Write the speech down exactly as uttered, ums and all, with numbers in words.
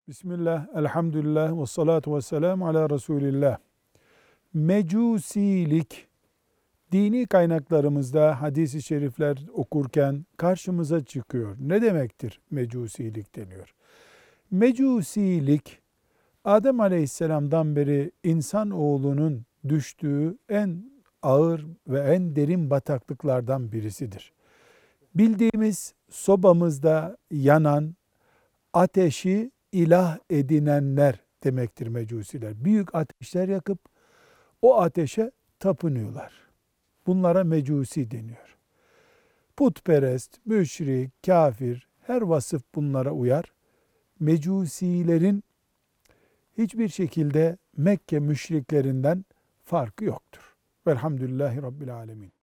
Bismillah, elhamdülillah, ve salatu ve selamu ala Resulillah. Mecusilik, dini kaynaklarımızda hadis-i şerifler okurken karşımıza çıkıyor. Ne demektir mecusilik deniyor? Mecusilik, Adem Aleyhisselam'dan beri insanoğlunun düştüğü en ağır ve en derin bataklıklardan birisidir. Bildiğimiz sobamızda yanan ateşi ilah edinenler demektir mecusiler. Büyük ateşler yakıp o ateşe tapınıyorlar. Bunlara mecusi deniyor. Putperest, müşrik, kafir her vasıf bunlara uyar. Mecusilerin hiçbir şekilde Mekke müşriklerinden farkı yoktur. Velhamdülillahi Rabbil Alemin.